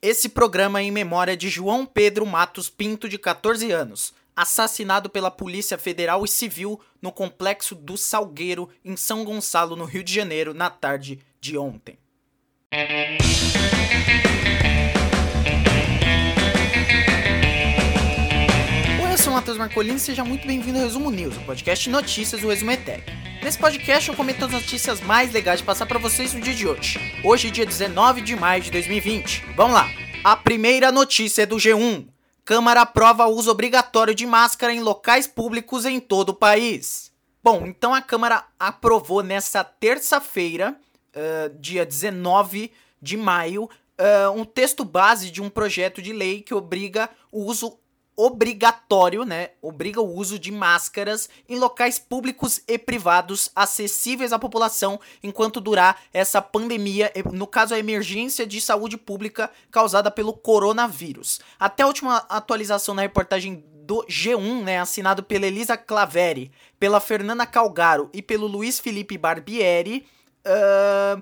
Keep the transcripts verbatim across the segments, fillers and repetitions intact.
Esse programa é em memória de João Pedro Matos Pinto, de catorze anos, assassinado pela Polícia Federal e Civil no Complexo do Salgueiro, em São Gonçalo, no Rio de Janeiro, na tarde de ontem. Oi, eu sou o Matheus Marcolini e seja muito bem-vindo ao Resumo News, o podcast de notícias do Resumo ETEC. Nesse podcast eu comento as notícias mais legais de passar para vocês no dia de hoje. Hoje, dia dezenove de maio de dois mil e vinte. Vamos lá! A primeira notícia é do G um. Câmara aprova uso obrigatório de máscara em locais públicos em todo o país. Bom, então a Câmara aprovou nessa terça-feira, uh, dia dezenove de maio, uh, um texto base de um projeto de lei que obriga o uso obrigatório, né, obriga o uso de máscaras em locais públicos e privados acessíveis à população enquanto durar essa pandemia, no caso a emergência de saúde pública causada pelo coronavírus. Até a última atualização na reportagem do G um, né, assinado pela Elisa Claveri, pela Fernanda Calgaro e pelo Luiz Felipe Barbieri, uh,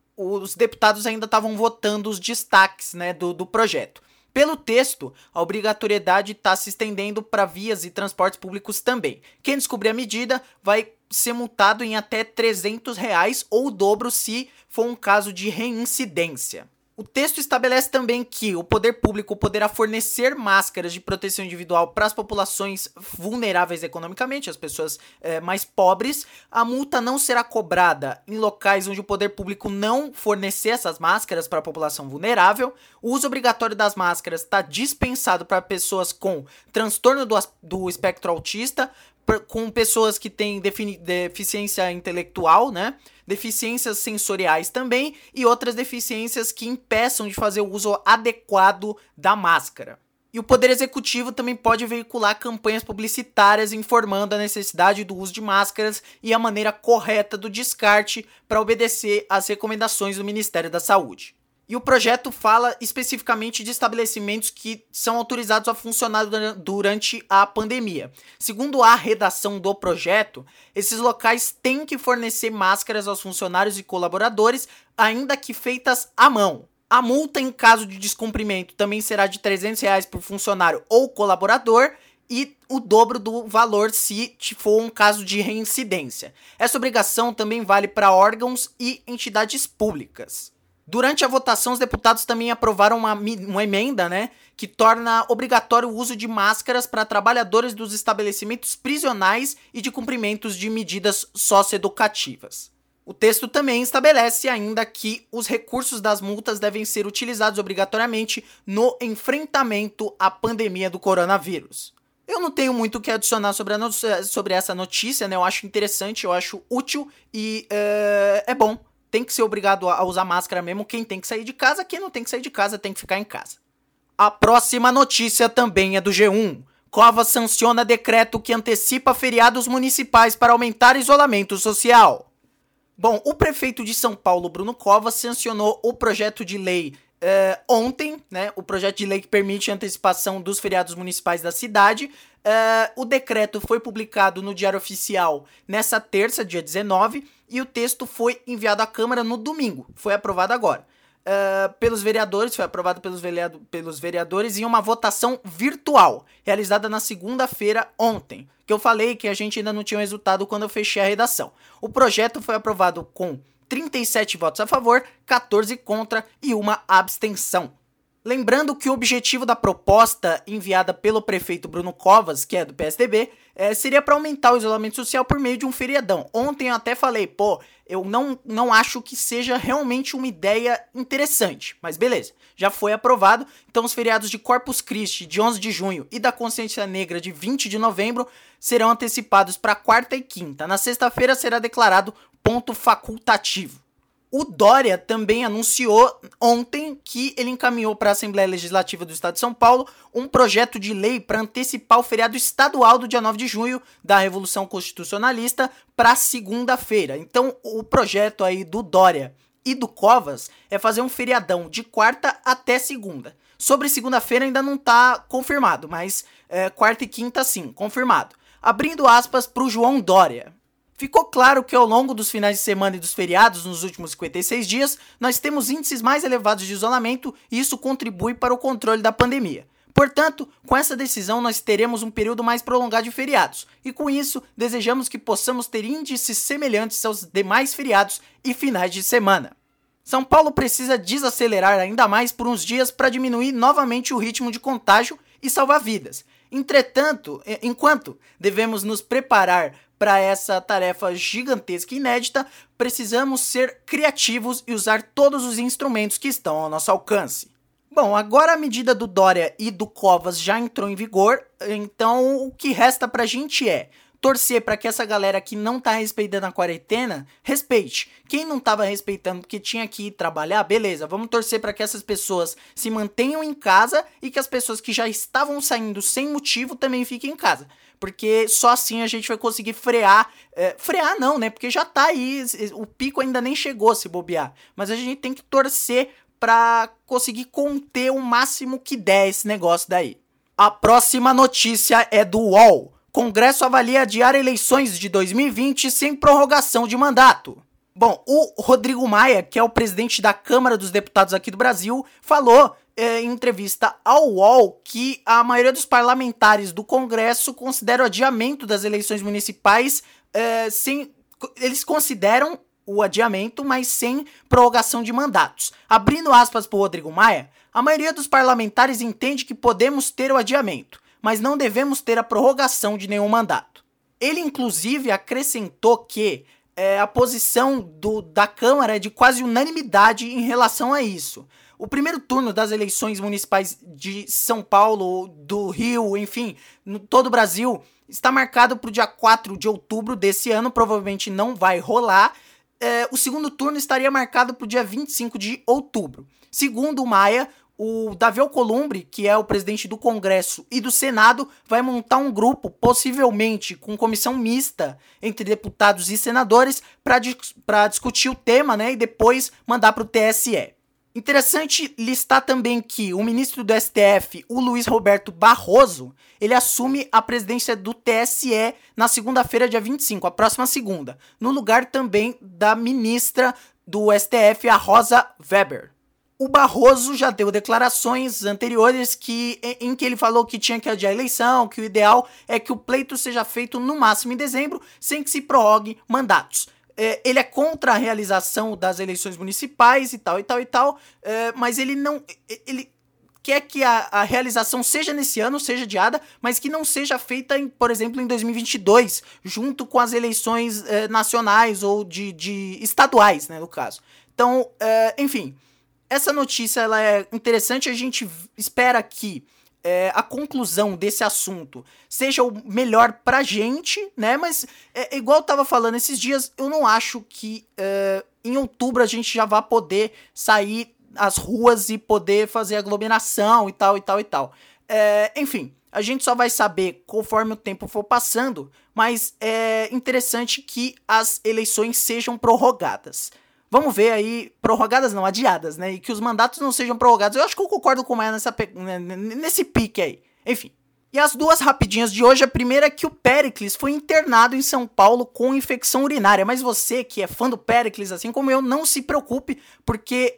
os deputados ainda estavam votando os destaques, né, do, do projeto. Pelo texto, a obrigatoriedade está se estendendo para vias e transportes públicos também. Quem descobrir a medida vai ser multado em até trezentos reais ou o dobro se for um caso de reincidência. O texto estabelece também que o poder público poderá fornecer máscaras de proteção individual para as populações vulneráveis economicamente, as pessoas é, mais pobres. A multa não será cobrada em locais onde o poder público não fornecer essas máscaras para a população vulnerável. O uso obrigatório das máscaras está dispensado para pessoas com transtorno do, do espectro autista, com pessoas que têm defini- deficiência intelectual, né? Deficiências sensoriais também e outras deficiências que impeçam de fazer o uso adequado da máscara. E o Poder Executivo também pode veicular campanhas publicitárias informando a necessidade do uso de máscaras e a maneira correta do descarte para obedecer às recomendações do Ministério da Saúde. E o projeto fala especificamente de estabelecimentos que são autorizados a funcionar durante a pandemia. Segundo a redação do projeto, esses locais têm que fornecer máscaras aos funcionários e colaboradores, ainda que feitas à mão. A multa em caso de descumprimento também será de trezentos reais por funcionário ou colaborador e o dobro do valor se for um caso de reincidência. Essa obrigação também vale para órgãos e entidades públicas. Durante a votação, os deputados também aprovaram uma, uma emenda, né, que torna obrigatório o uso de máscaras para trabalhadores dos estabelecimentos prisionais e de cumprimentos de medidas socioeducativas. O texto também estabelece ainda que os recursos das multas devem ser utilizados obrigatoriamente no enfrentamento à pandemia do coronavírus. Eu não tenho muito o que adicionar sobre, a no- sobre essa notícia, né, eu acho interessante, eu acho útil e uh, é bom. Tem que ser obrigado a usar máscara mesmo quem tem que sair de casa, quem não tem que sair de casa tem que ficar em casa. A próxima notícia também é do G um. Covas sanciona decreto que antecipa feriados municipais para aumentar isolamento social. Bom, o prefeito de São Paulo, Bruno Covas, sancionou o projeto de lei uh, ontem, né? O projeto de lei que permite a antecipação dos feriados municipais da cidade. Uh, o decreto foi publicado no Diário Oficial nessa terça, dia dezenove, e o texto foi enviado à Câmara no domingo. Foi aprovado agora. Uh, pelos vereadores, foi aprovado pelos, vereado, pelos vereadores em uma votação virtual, realizada na segunda-feira ontem. Que eu falei que a gente ainda não tinha o resultado quando eu fechei a redação. O projeto foi aprovado com trinta e sete votos a favor, catorze contra e uma abstenção. Lembrando que o objetivo da proposta enviada pelo prefeito Bruno Covas, que é do P S D B, é, seria para aumentar o isolamento social por meio de um feriadão. Ontem eu até falei, pô, eu não, não acho que seja realmente uma ideia interessante, mas beleza, já foi aprovado. Então os feriados de Corpus Christi, de onze de junho, e da Consciência Negra, de vinte de novembro, serão antecipados para quarta e quinta. Na sexta-feira será declarado ponto facultativo. O Dória também anunciou ontem que ele encaminhou para a Assembleia Legislativa do Estado de São Paulo um projeto de lei para antecipar o feriado estadual do dia nove de junho da Revolução Constitucionalista para segunda-feira. Então, o projeto aí do Dória e do Covas é fazer um feriadão de quarta até segunda. Sobre segunda-feira ainda não está confirmado, mas é, quarta e quinta sim, confirmado. Abrindo aspas para o João Dória. Ficou claro que ao longo dos finais de semana e dos feriados, nos últimos cinquenta e seis dias, nós temos índices mais elevados de isolamento e isso contribui para o controle da pandemia. Portanto, com essa decisão nós teremos um período mais prolongado de feriados, e com isso desejamos que possamos ter índices semelhantes aos demais feriados e finais de semana. São Paulo precisa desacelerar ainda mais por uns dias para diminuir novamente o ritmo de contágio e salvar vidas. Entretanto, enquanto devemos nos preparar para essa tarefa gigantesca e inédita, precisamos ser criativos e usar todos os instrumentos que estão ao nosso alcance. Bom, agora a medida do Dória e do Covas já entrou em vigor, então o que resta pra gente é torcer para que essa galera que não tá respeitando a quarentena, respeite. Quem não tava respeitando porque tinha que ir trabalhar, beleza, vamos torcer para que essas pessoas se mantenham em casa e que as pessoas que já estavam saindo sem motivo também fiquem em casa. Porque só assim a gente vai conseguir frear, é, frear não, né, porque já tá aí, o pico ainda nem chegou se bobear, mas a gente tem que torcer para conseguir conter o máximo que der esse negócio daí. A próxima notícia é do U O L. Congresso avalia adiar eleições de dois mil e vinte sem prorrogação de mandato. Bom, o Rodrigo Maia, que é o presidente da Câmara dos Deputados aqui do Brasil, falou é, em entrevista ao U O L que a maioria dos parlamentares do Congresso considera o adiamento das eleições municipais é, sem... Eles consideram o adiamento, mas sem prorrogação de mandatos. Abrindo aspas para o Rodrigo Maia, a maioria dos parlamentares entende que podemos ter o adiamento, mas não devemos ter a prorrogação de nenhum mandato. Ele, inclusive, acrescentou que é, a posição do, da Câmara é de quase unanimidade em relação a isso. O primeiro turno das eleições municipais de São Paulo, do Rio, enfim, no todo o Brasil, está marcado para o dia quatro de outubro desse ano, provavelmente não vai rolar. É, o segundo turno estaria marcado para o dia vinte e cinco de outubro. Segundo o Maia, o Davi Alcolumbre, que é o presidente do Congresso e do Senado, vai montar um grupo, possivelmente com comissão mista entre deputados e senadores, para dis- para discutir o tema, né, e depois mandar para o T S E. Interessante listar também que o ministro do S T F, o Luiz Roberto Barroso, ele assume a presidência do T S E na segunda-feira, dia vinte e cinco, a próxima segunda, no lugar também da ministra do S T F, a Rosa Weber. O Barroso já deu declarações anteriores que, em que ele falou que tinha que adiar a eleição, que o ideal é que o pleito seja feito no máximo em dezembro, sem que se prorrogue mandatos. É, ele é contra a realização das eleições municipais e tal, e tal, e tal, é, mas ele não... Ele quer que a, a realização seja nesse ano, seja adiada, mas que não seja feita, em, por exemplo, em dois mil e vinte e dois, junto com as eleições é, nacionais ou de, de estaduais, né, no caso. Então, é, enfim, essa notícia ela é interessante, a gente espera que É, a conclusão desse assunto seja o melhor pra gente, né, mas é, igual eu tava falando esses dias, eu não acho que é, em outubro a gente já vai poder sair às ruas e poder fazer aglomeração e tal, e tal, e tal. É, enfim, a gente só vai saber conforme o tempo for passando, mas é interessante que as eleições sejam prorrogadas. Vamos ver aí, prorrogadas não, adiadas, né? E que os mandatos não sejam prorrogados. Eu acho que eu concordo com o Maia nessa, nesse pique aí. Enfim. E as duas rapidinhas de hoje. A primeira é que o Péricles foi internado em São Paulo com infecção urinária. Mas você que é fã do Péricles, assim como eu, não se preocupe, porque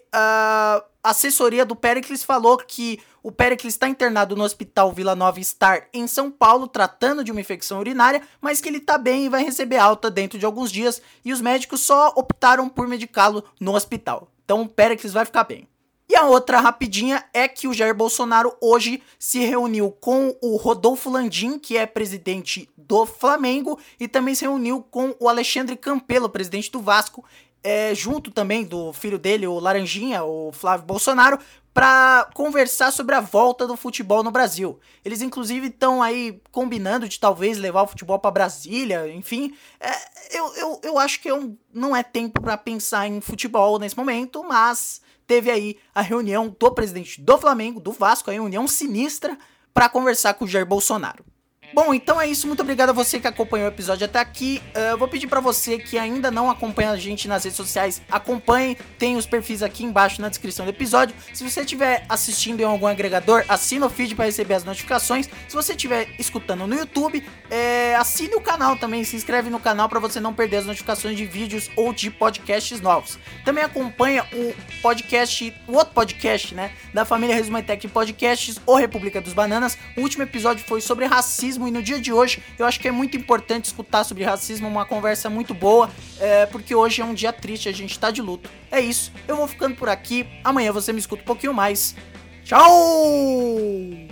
a assessoria do Péricles falou que o Péricles está internado no Hospital Vila Nova Star em São Paulo, tratando de uma infecção urinária, mas que ele está bem e vai receber alta dentro de alguns dias, e os médicos só optaram por medicá-lo no hospital. Então o Péricles vai ficar bem. E a outra rapidinha é que o Jair Bolsonaro hoje se reuniu com o Rodolfo Landim, que é presidente do Flamengo, e também se reuniu com o Alexandre Campelo, presidente do Vasco, é, junto também do filho dele, o Laranjinha, o Flávio Bolsonaro, para conversar sobre a volta do futebol no Brasil. Eles inclusive estão aí combinando de talvez levar o futebol para Brasília, enfim. É, eu, eu, eu acho que eu, não é tempo para pensar em futebol nesse momento, mas teve aí a reunião do presidente do Flamengo, do Vasco, a reunião sinistra, para conversar com o Jair Bolsonaro. Bom, então é isso, muito obrigado a você que acompanhou o episódio até aqui. uh, Eu vou pedir pra você que ainda não acompanha a gente nas redes sociais, acompanhe, tem os perfis aqui embaixo na descrição do episódio. Se você estiver assistindo em algum agregador, assina o feed para receber as notificações. Se você estiver escutando no YouTube, é, assine o canal também, se inscreve no canal para você não perder as notificações de vídeos ou de podcasts novos. Também acompanha o podcast, o outro podcast, né, da família Resumo Tech Podcasts, o República dos Bananas. O último episódio foi sobre racismo e no dia de hoje eu acho que é muito importante escutar sobre racismo, uma conversa muito boa, é, porque hoje é um dia triste, a gente tá de luto. É isso, eu vou ficando por aqui, amanhã você me escuta um pouquinho mais. Tchau!